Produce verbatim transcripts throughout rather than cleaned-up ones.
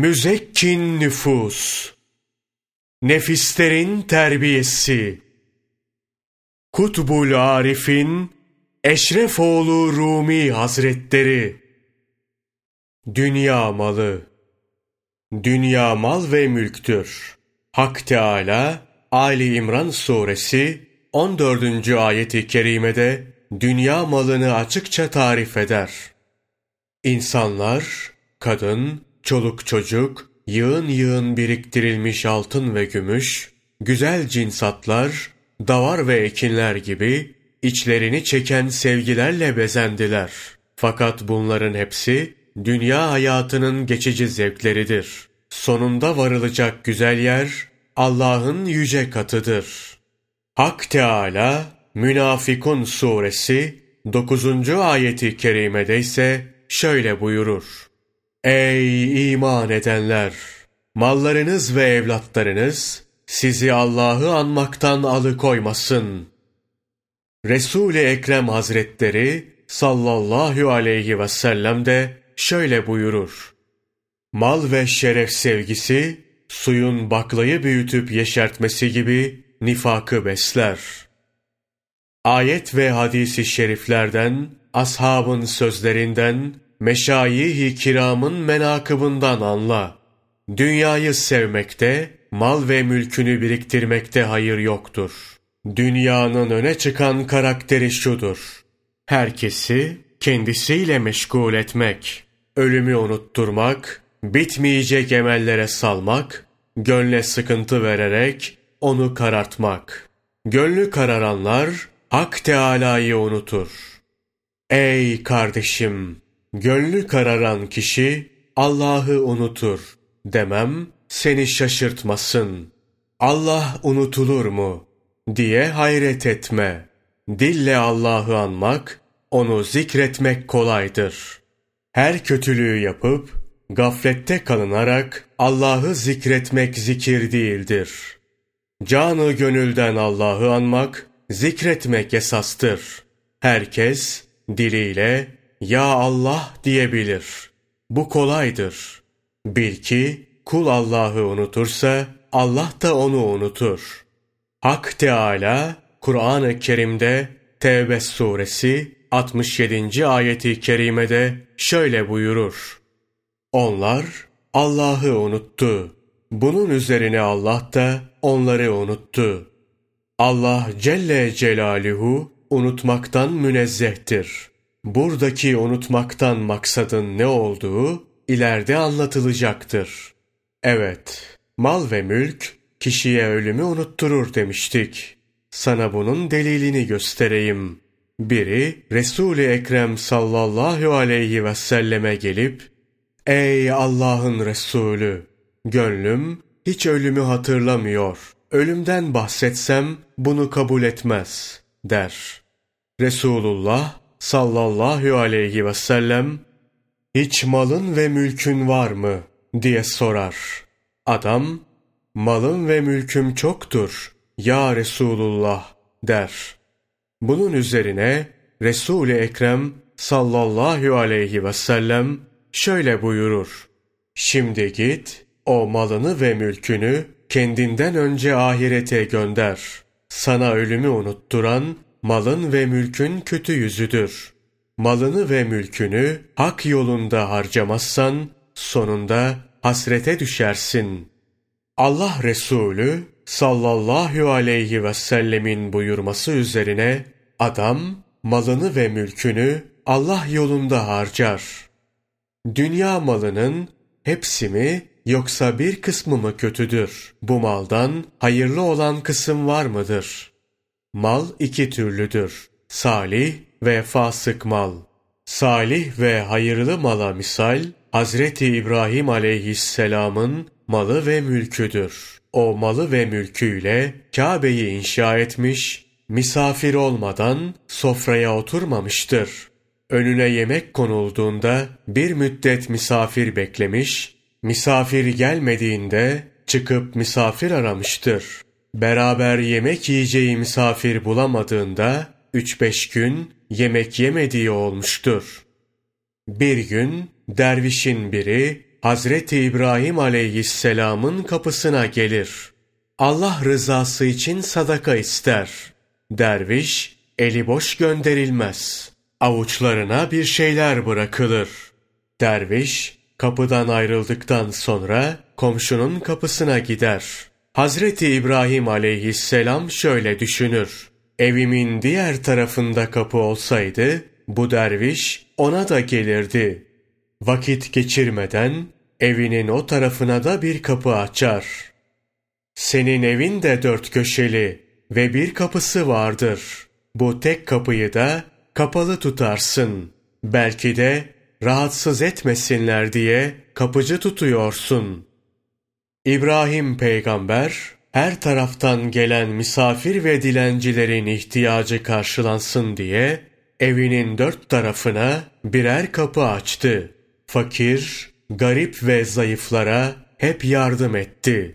müzekkin nüfus, nefislerin terbiyesi, Kutbul Arif'in Eşrefoğlu Rumi Hazretleri. Dünya malı, dünya mal ve mülktür. Hak Teâlâ, Ali İmran suresi on dördüncü ayeti kerimede dünya malını açıkça tarif eder. İnsanlar, kadın, çoluk çocuk, yığın yığın biriktirilmiş altın ve gümüş, güzel cinsatlar, davar ve ekinler gibi içlerini çeken sevgilerle bezendiler. Fakat bunların hepsi dünya hayatının geçici zevkleridir. Sonunda varılacak güzel yer Allah'ın yüce katıdır. Hak Teâlâ, Münafikun suresi dokuzuncu ayeti kerimede ise şöyle buyurur: Ey iman edenler! Mallarınız ve evlatlarınız sizi Allah'ı anmaktan alıkoymasın. Resul-i Ekrem Hazretleri sallallahu aleyhi ve sellem de şöyle buyurur: Mal ve şeref sevgisi, suyun baklayı büyütüp yeşertmesi gibi nifakı besler. Ayet ve hadis-i şeriflerden, ashabın sözlerinden, meşayih-i kiramın menakıbından anla. Dünyayı sevmekte, mal ve mülkünü biriktirmekte hayır yoktur. Dünyanın öne çıkan karakteri şudur: herkesi kendisiyle meşgul etmek, ölümü unutturmak, bitmeyecek emellere salmak, gönle sıkıntı vererek onu karartmak. Gönlü kararanlar Hak Teâlâ'yı unutur. Ey kardeşim! Gönlü kararan kişi Allah'ı unutur demem seni şaşırtmasın. Allah unutulur mu diye hayret etme. Dille Allah'ı anmak, onu zikretmek kolaydır. Her kötülüğü yapıp gaflette kalınarak Allah'ı zikretmek zikir değildir. Canı gönülden Allah'ı anmak, zikretmek esastır. Herkes diliyle Ya Allah diyebilir. Bu kolaydır. Bil ki kul Allah'ı unutursa Allah da onu unutur. Hak Teâlâ Kur'an-ı Kerim'de Tevbe suresi altmış yedinci ayeti kerimede şöyle buyurur: Onlar Allah'ı unuttu. Bunun üzerine Allah da onları unuttu. Allah Celle Celaluhu unutmaktan münezzehtir. Buradaki unutmaktan maksadın ne olduğu ileride anlatılacaktır. Evet, mal ve mülk kişiye ölümü unutturur demiştik. Sana bunun delilini göstereyim. Biri Resul-i Ekrem sallallahu aleyhi ve selleme gelip Ey Allah'ın Resulü! Gönlüm hiç ölümü hatırlamıyor. Ölümden bahsetsem bunu kabul etmez der. Resulullah sallallahu aleyhi ve sellem hiç malın ve mülkün var mı diye sorar. Adam malım ve mülküm çoktur ya Resulullah der. Bunun üzerine Resul-i Ekrem sallallahu aleyhi ve sellem şöyle buyurur: Şimdi git o malını ve mülkünü kendinden önce ahirete gönder. Sana ölümü unutturan malın ve mülkün kötü yüzüdür. Malını ve mülkünü hak yolunda harcamazsan sonunda hasrete düşersin. Allah Resulü sallallahu aleyhi ve sellemin buyurması üzerine adam malını ve mülkünü Allah yolunda harcar. Dünya malının hepsi mi yoksa bir kısmı mı kötüdür? Bu maldan hayırlı olan kısım var mıdır? Mal iki türlüdür: salih ve fasık mal. Salih ve hayırlı mala misal Hazreti İbrahim aleyhisselamın malı ve mülküdür. O malı ve mülküyle Kabe'yi inşa etmiş, misafir olmadan sofraya oturmamıştır. Önüne yemek konulduğunda bir müddet misafir beklemiş, misafir gelmediğinde çıkıp misafir aramıştır. Beraber yemek yiyeceği misafir bulamadığında üç beş gün yemek yemediği olmuştur. Bir gün dervişin biri Hazreti İbrahim aleyhisselamın kapısına gelir. Allah rızası için sadaka ister. Derviş eli boş gönderilmez. Avuçlarına bir şeyler bırakılır. Derviş kapıdan ayrıldıktan sonra komşunun kapısına gider. Hazreti İbrahim aleyhisselam şöyle düşünür: evimin diğer tarafında kapı olsaydı bu derviş ona da gelirdi. Vakit geçirmeden evinin o tarafına da bir kapı açar. Senin evin de dört köşeli ve bir kapısı vardır. Bu tek kapıyı da kapalı tutarsın. Belki de rahatsız etmesinler diye kapıcı tutuyorsun. İbrahim peygamber her taraftan gelen misafir ve dilencilerin ihtiyacı karşılansın diye evinin dört tarafına birer kapı açtı. Fakir, garip ve zayıflara hep yardım etti.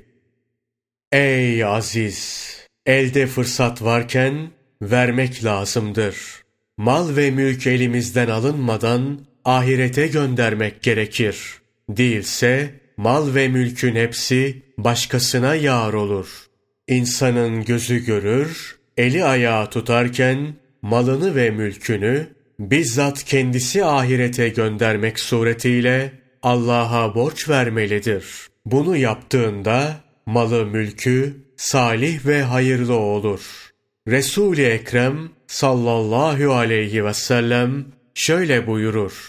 Ey aziz! Elde fırsat varken vermek lazımdır. Mal ve mülk elimizden alınmadan ahirete göndermek gerekir. Değilse mal ve mülkün hepsi başkasına yar olur. İnsanın gözü görür, eli ayağı tutarken malını ve mülkünü bizzat kendisi ahirete göndermek suretiyle Allah'a borç vermelidir. Bunu yaptığında malı mülkü salih ve hayırlı olur. Resul-i Ekrem sallallahu aleyhi ve sellem şöyle buyurur: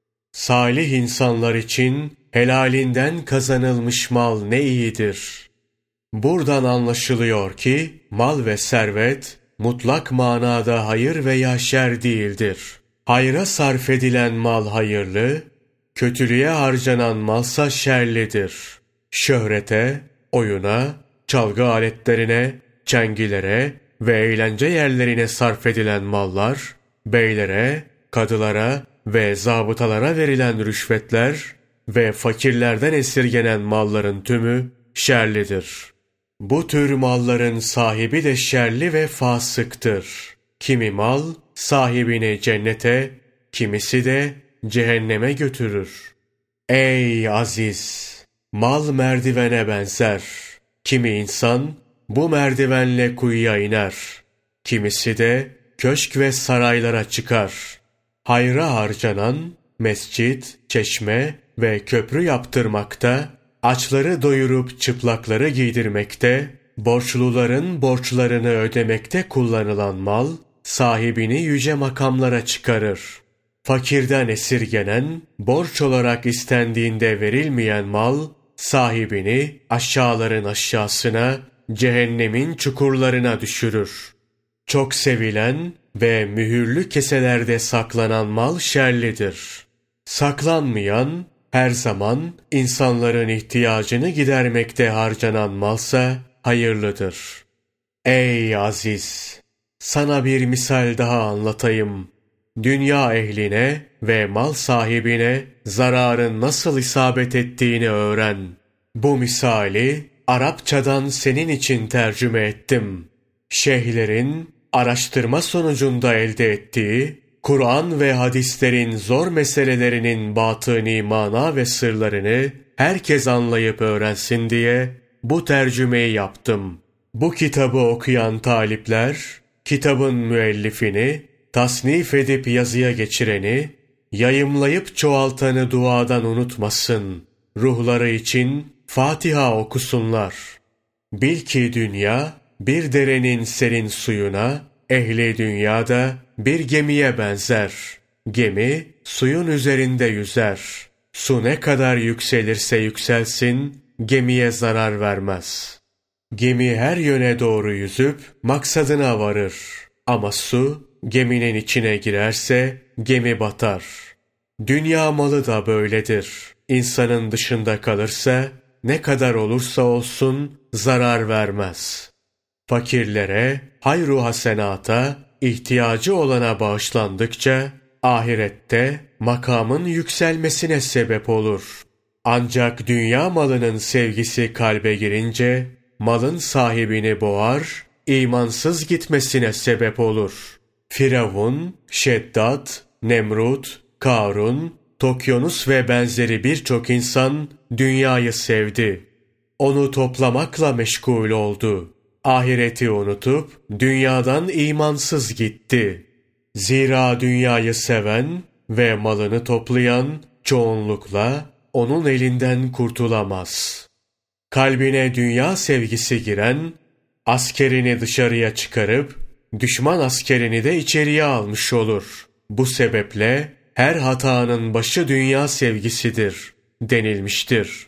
salih insanlar için helalinden kazanılmış mal ne iyidir. Buradan anlaşılıyor ki mal ve servet mutlak manada hayır veya şer değildir. Hayra sarf edilen mal hayırlı, kötülüğe harcanan malsa şerlidir. Şöhrete, oyuna, çalgı aletlerine, çengilere ve eğlence yerlerine sarf edilen mallar, beylere, kadılara ve zabıtalara verilen rüşvetler ve fakirlerden esirgenen malların tümü şerlidir. Bu tür malların sahibi de şerli ve fasıktır. Kimi mal sahibini cennete, kimisi de cehenneme götürür. Ey aziz! Mal merdivene benzer. Kimi insan bu merdivenle kuyuya iner. Kimisi de köşk ve saraylara çıkar. Hayra harcanan mescit, çeşme ve köprü yaptırmakta, açları doyurup çıplakları giydirmekte, borçluların borçlarını ödemekte kullanılan mal, sahibini yüce makamlara çıkarır. Fakirden esirgenen, borç olarak istendiğinde verilmeyen mal, sahibini aşağıların aşağısına, cehennemin çukurlarına düşürür. Çok sevilen ve mühürlü keselerde saklanan mal şerlidir. Saklanmayan, her zaman insanların ihtiyacını gidermekte harcanan malsa hayırlıdır. Ey aziz! Sana bir misal daha anlatayım. Dünya ehline ve mal sahibine zararın nasıl isabet ettiğini öğren. Bu misali Arapçadan senin için tercüme ettim. Şeyhlerin araştırma sonucunda elde ettiği Kur'an ve hadislerin zor meselelerinin batıni mana ve sırlarını herkes anlayıp öğrensin diye bu tercümeyi yaptım. Bu kitabı okuyan talipler, kitabın müellifini, tasnif edip yazıya geçireni, yayımlayıp çoğaltanı duadan unutmasın. Ruhları için Fatiha okusunlar. Bil ki dünya, bir derenin serin suyuna, ehli dünyada bir gemiye benzer. Gemi, suyun üzerinde yüzer. Su ne kadar yükselirse yükselsin, gemiye zarar vermez. Gemi her yöne doğru yüzüp maksadına varır. Ama su, geminin içine girerse gemi batar. Dünya malı da böyledir. İnsanın dışında kalırsa, ne kadar olursa olsun zarar vermez. Fakirlere, hayru hasenata, ihtiyacı olana bağışlandıkça, ahirette makamın yükselmesine sebep olur. Ancak dünya malının sevgisi kalbe girince, malın sahibini boğar, imansız gitmesine sebep olur. Firavun, Şeddat, Nemrut, Karun, Tokyanus ve benzeri birçok insan dünyayı sevdi. Onu toplamakla meşgul oldu. Ahireti unutup dünyadan imansız gitti. Zira dünyayı seven ve malını toplayan çoğunlukla onun elinden kurtulamaz. Kalbine dünya sevgisi giren, askerini dışarıya çıkarıp düşman askerini de içeriye almış olur. Bu sebeple her hatanın başı dünya sevgisidir denilmiştir.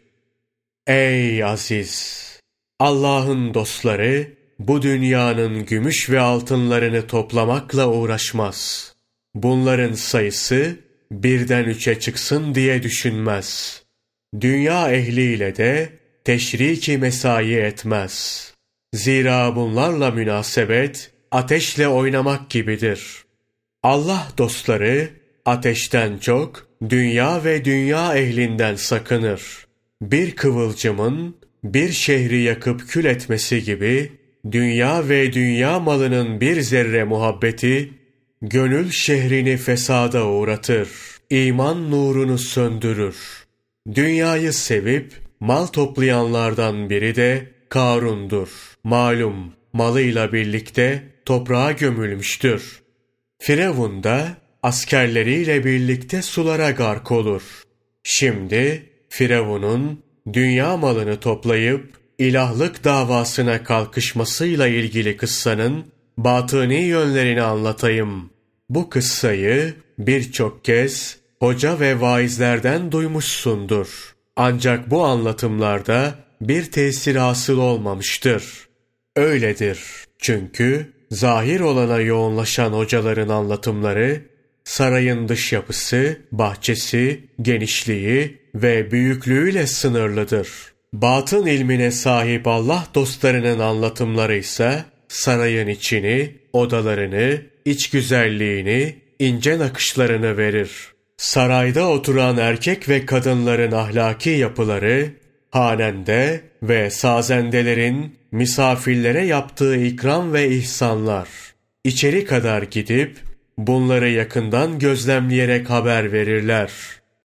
Ey aziz! Allah'ın dostları bu dünyanın gümüş ve altınlarını toplamakla uğraşmaz. Bunların sayısı birden üçe çıksın diye düşünmez. Dünya ehliyle de teşriki mesai etmez. Zira bunlarla münasebet ateşle oynamak gibidir. Allah dostları ateşten çok dünya ve dünya ehlinden sakınır. Bir kıvılcımın bir şehri yakıp kül etmesi gibi dünya ve dünya malının bir zerre muhabbeti gönül şehrini fesada uğratır. İman nurunu söndürür. Dünyayı sevip mal toplayanlardan biri de Karun'dur. Malum malıyla birlikte toprağa gömülmüştür. Firavun da askerleriyle birlikte sulara gark olur. Şimdi Firavun'un dünya malını toplayıp ilahlık davasına kalkışmasıyla ilgili kıssanın batıni yönlerini anlatayım. Bu kıssayı birçok kez hoca ve vaizlerden duymuşsundur. Ancak bu anlatımlarda bir tesir hasıl olmamıştır. Öyledir. Çünkü zahir olana yoğunlaşan hocaların anlatımları, sarayın dış yapısı, bahçesi, genişliği ve büyüklüğüyle sınırlıdır. Batın ilmine sahip Allah dostlarının anlatımları ise sarayın içini, odalarını, iç güzelliğini, ince nakışlarını verir. Sarayda oturan erkek ve kadınların ahlaki yapıları, hanende ve sazendelerin misafirlere yaptığı ikram ve ihsanlar. İçeri kadar gidip bunları yakından gözlemleyerek haber verirler.